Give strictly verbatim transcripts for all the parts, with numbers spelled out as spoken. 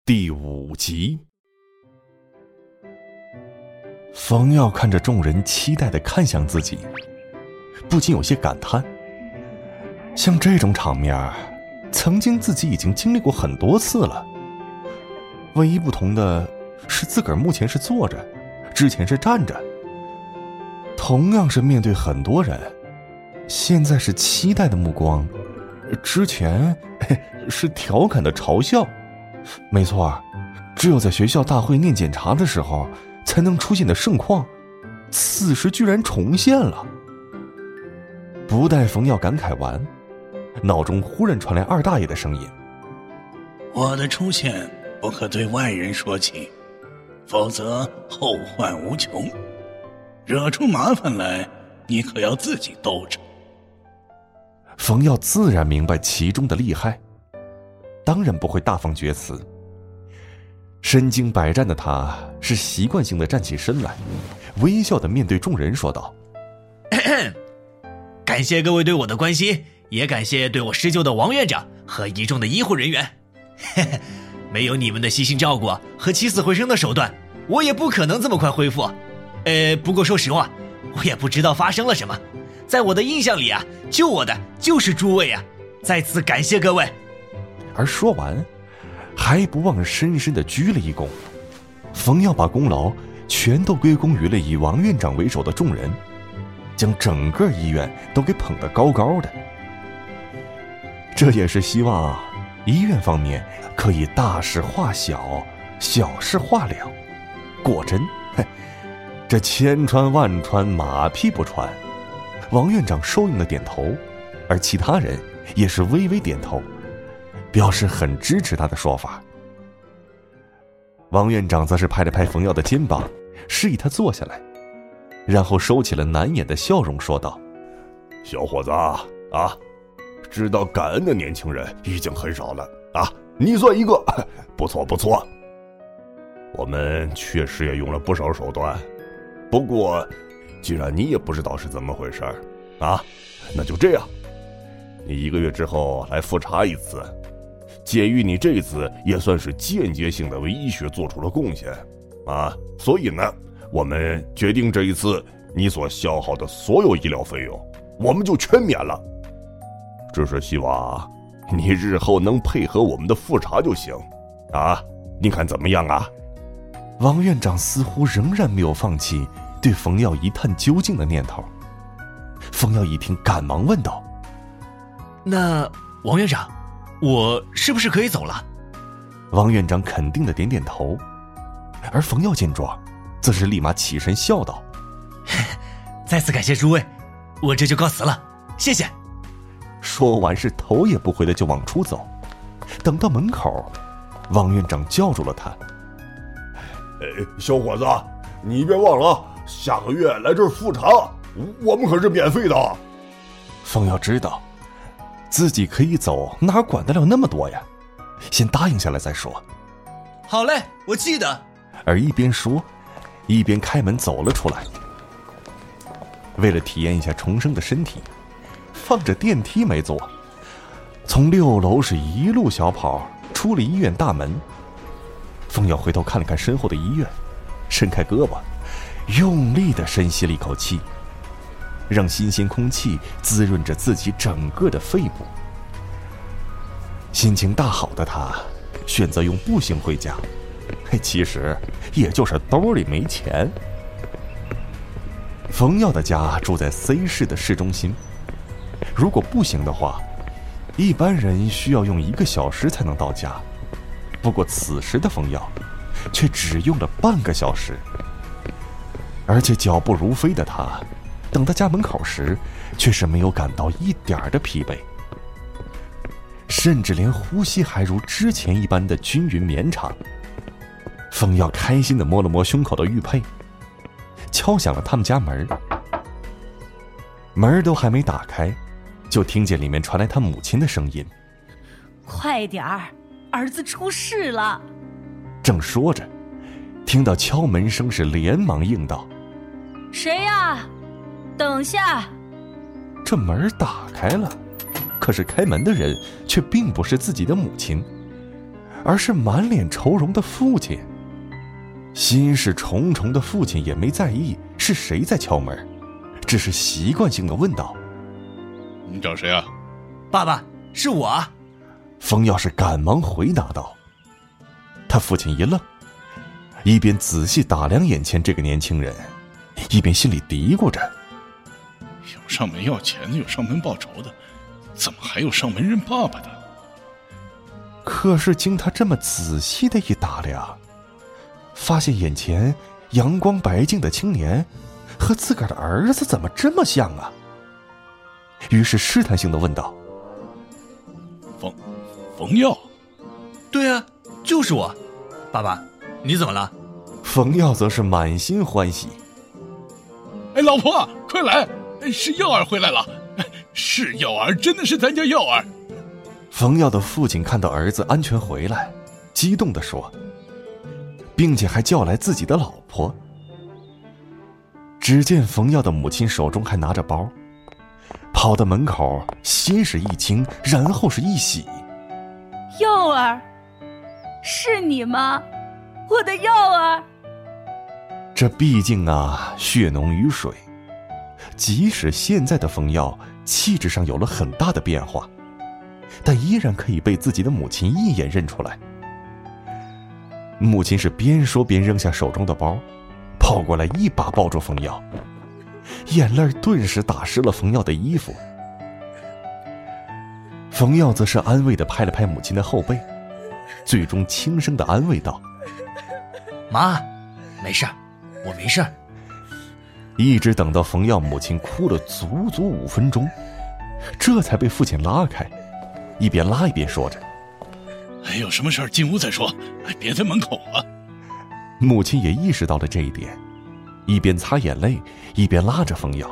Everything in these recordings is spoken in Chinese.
第五集。冯耀看着众人期待地看向自己，不禁有些感叹，像这种场面，曾经自己已经经历过很多次了。唯一不同的是，自个儿目前是坐着，之前是站着。同样是面对很多人，现在是期待的目光，之前是调侃的嘲笑。没错，只有在学校大会念检查的时候才能出现的盛况，此时居然重现了。不待冯耀感慨完，脑中忽然传来二大爷的声音： 我的出现不可对外人说起，否则后患无穷，惹出麻烦来你可要自己兜着。 冯耀自然明白其中的厉害，当然不会大放厥词。身经百战的他是习惯性的站起身来，微笑的面对众人说道： 感谢各位对我的关心，也感谢对我施救的王院长和一众的医护人员。没有你们的悉心照顾和起死回生的手段，我也不可能这么快恢复。呃，不过说实话，我也不知道发生了什么，在我的印象里啊，救我的就是诸位啊，再次感谢各位。 而说完，还不忘深深地鞠了一躬。冯耀把功劳全都归功于了以王院长为首的众人，将整个医院都给捧得高高的。这也是希望医院方面可以大事化小，小事化了。果真，嘿，这千穿万穿，马屁不穿。王院长受用的点头，而其他人也是微微点头，表示很支持他的说法。王院长则是拍了拍冯耀的肩膀，示意他坐下来，然后收起了难掩的笑容，说道： 小伙子啊，知道感恩的年轻人已经很少了啊，你算一个，不错不错。我们确实也用了不少手段，不过既然你也不知道是怎么回事啊，那就这样，你一个月之后来复查一次，鉴于你这次也算是间接性的为医学做出了贡献啊，所以呢，我们决定这一次你所消耗的所有医疗费用，我们就全免了。只是希望你日后能配合我们的复查就行啊，你看怎么样啊？ 王院长似乎仍然没有放弃对冯耀一探究竟的念头。冯耀一听，赶忙问道： 那王院长，我是不是可以走了？ 王院长肯定的点点头，而冯耀见状，则是立马起身笑道： 再次感谢诸位，我这就告辞了，谢谢。 说完是头也不回的就往出走。等到门口，王院长叫住了他： 哎，小伙子，你别忘了下个月来这儿复查，我们可是免费的。 冯耀知道自己可以走，哪管得了那么多呀，先答应下来再说。 好嘞，我记得。 而一边说一边开门走了出来。为了体验一下重生的身体，放着电梯没坐，从六楼是一路小跑出了医院大门。冯耀回头看了看身后的医院，伸开胳膊，用力地深吸了一口气，让新鲜空气滋润着自己整个的肺部。心情大好的他选择用步行回家，其实也就是兜里没钱。冯耀的家住在 C 市的市中心，如果步行的话，一般人需要用一个小时才能到家。不过此时的冯耀却只用了半个小时，而且脚步如飞的他等到家门口时，却是没有感到一点的疲惫，甚至连呼吸还如之前一般的均匀绵长。冯耀开心地摸了摸胸口的玉佩，敲响了他们家门。门都还没打开，就听见里面传来他母亲的声音： 快点儿，儿子出事了。 正说着，听到敲门声是连忙应道： 谁呀？等下。 这门打开了，可是开门的人却并不是自己的母亲， 而是满脸愁容的父亲。心事重重的父亲也没在意是谁在敲门，只是习惯性的问道：“ 你找谁啊？”“ 爸爸，是我啊。” 冯耀是赶忙回答道。他父亲一愣，一边仔细打量眼前这个年轻人，一边心里嘀咕着： 有上门要钱的，有上门报仇的，怎么还有上门认爸爸的？ 可是经他这么仔细的一打量，发现眼前阳光白净的青年和自个儿的儿子怎么这么像啊？于是试探性的问道：“ 冯冯耀？”“ 对啊，就是我。爸爸，你怎么了？” 冯耀则是满心欢喜：“ 哎，老婆，快来！是耀儿回来了，是耀儿，真的是咱家耀儿。” 冯耀的父亲看到儿子安全回来，激动地说，并且还叫来自己的老婆。只见冯耀的母亲手中还拿着包，跑到门口，先是一惊，然后是一喜：“ 耀儿，是你吗？我的耀儿！” 这毕竟啊，血浓于水，即使现在的冯耀气质上有了很大的变化，但依然可以被自己的母亲一眼认出来。母亲是边说边扔下手中的包，跑过来一把抱住冯耀，眼泪顿时打湿了冯耀的衣服。冯耀则是安慰地拍了拍母亲的后背，最终轻声地安慰道：“ 妈，没事，我没事。” 一直等到冯耀母亲哭了足足五分钟，这才被父亲拉开，一边拉一边说着：“ 哎，有什么事儿进屋再说，别在门口了。” 母亲也意识到了这一点，一边擦眼泪，一边拉着冯耀：“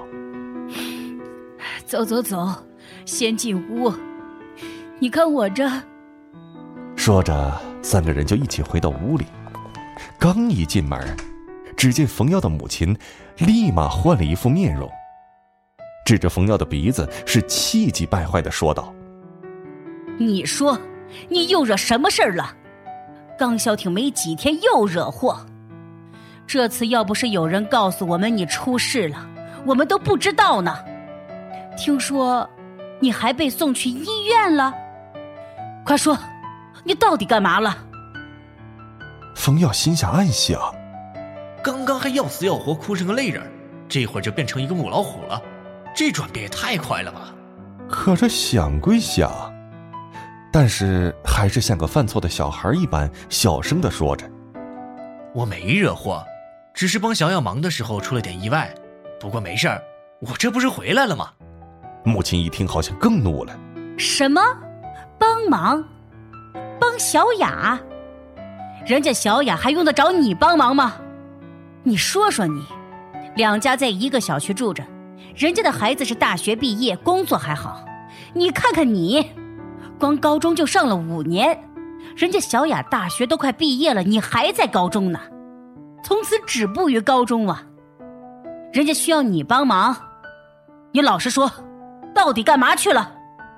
走走走，先进屋。你看我这……” 说着，三个人就一起回到屋里。刚一进门，只见冯耀的母亲立马换了一副面容，指着冯耀的鼻子是气急败坏地说道：“ 你说，你又惹什么事儿了？刚消停没几天又惹祸。这次要不是有人告诉我们你出事了，我们都不知道呢。听说你还被送去医院了，快说，你到底干嘛了？” 冯耀心下暗想， 刚刚还要死要活哭成个泪人，这会儿就变成一个母老虎了，这转变也太快了吧。 可这想归想，但是还是像个犯错的小孩一般小声地说着：“ 我没惹祸，只是帮小雅忙的时候出了点意外，不过没事儿，我这不是回来了吗？” 母亲一听好像更怒了：“ 什么？帮忙？帮小雅？人家小雅还用得着你帮忙吗？你说说你，两家在一个小区住着，人家的孩子是大学毕业，工作还好，你看看你，光高中就上了五年，人家小雅大学都快毕业了，你还在高中呢，从此止步于高中啊！人家需要你帮忙，你老实说，到底干嘛去了？”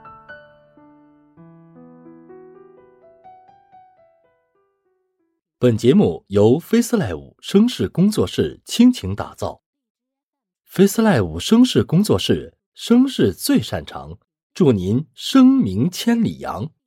本节目由 FaceLive 声势工作室倾情打造。FaceLive 声势工作室声势最擅长，祝您声名千里扬。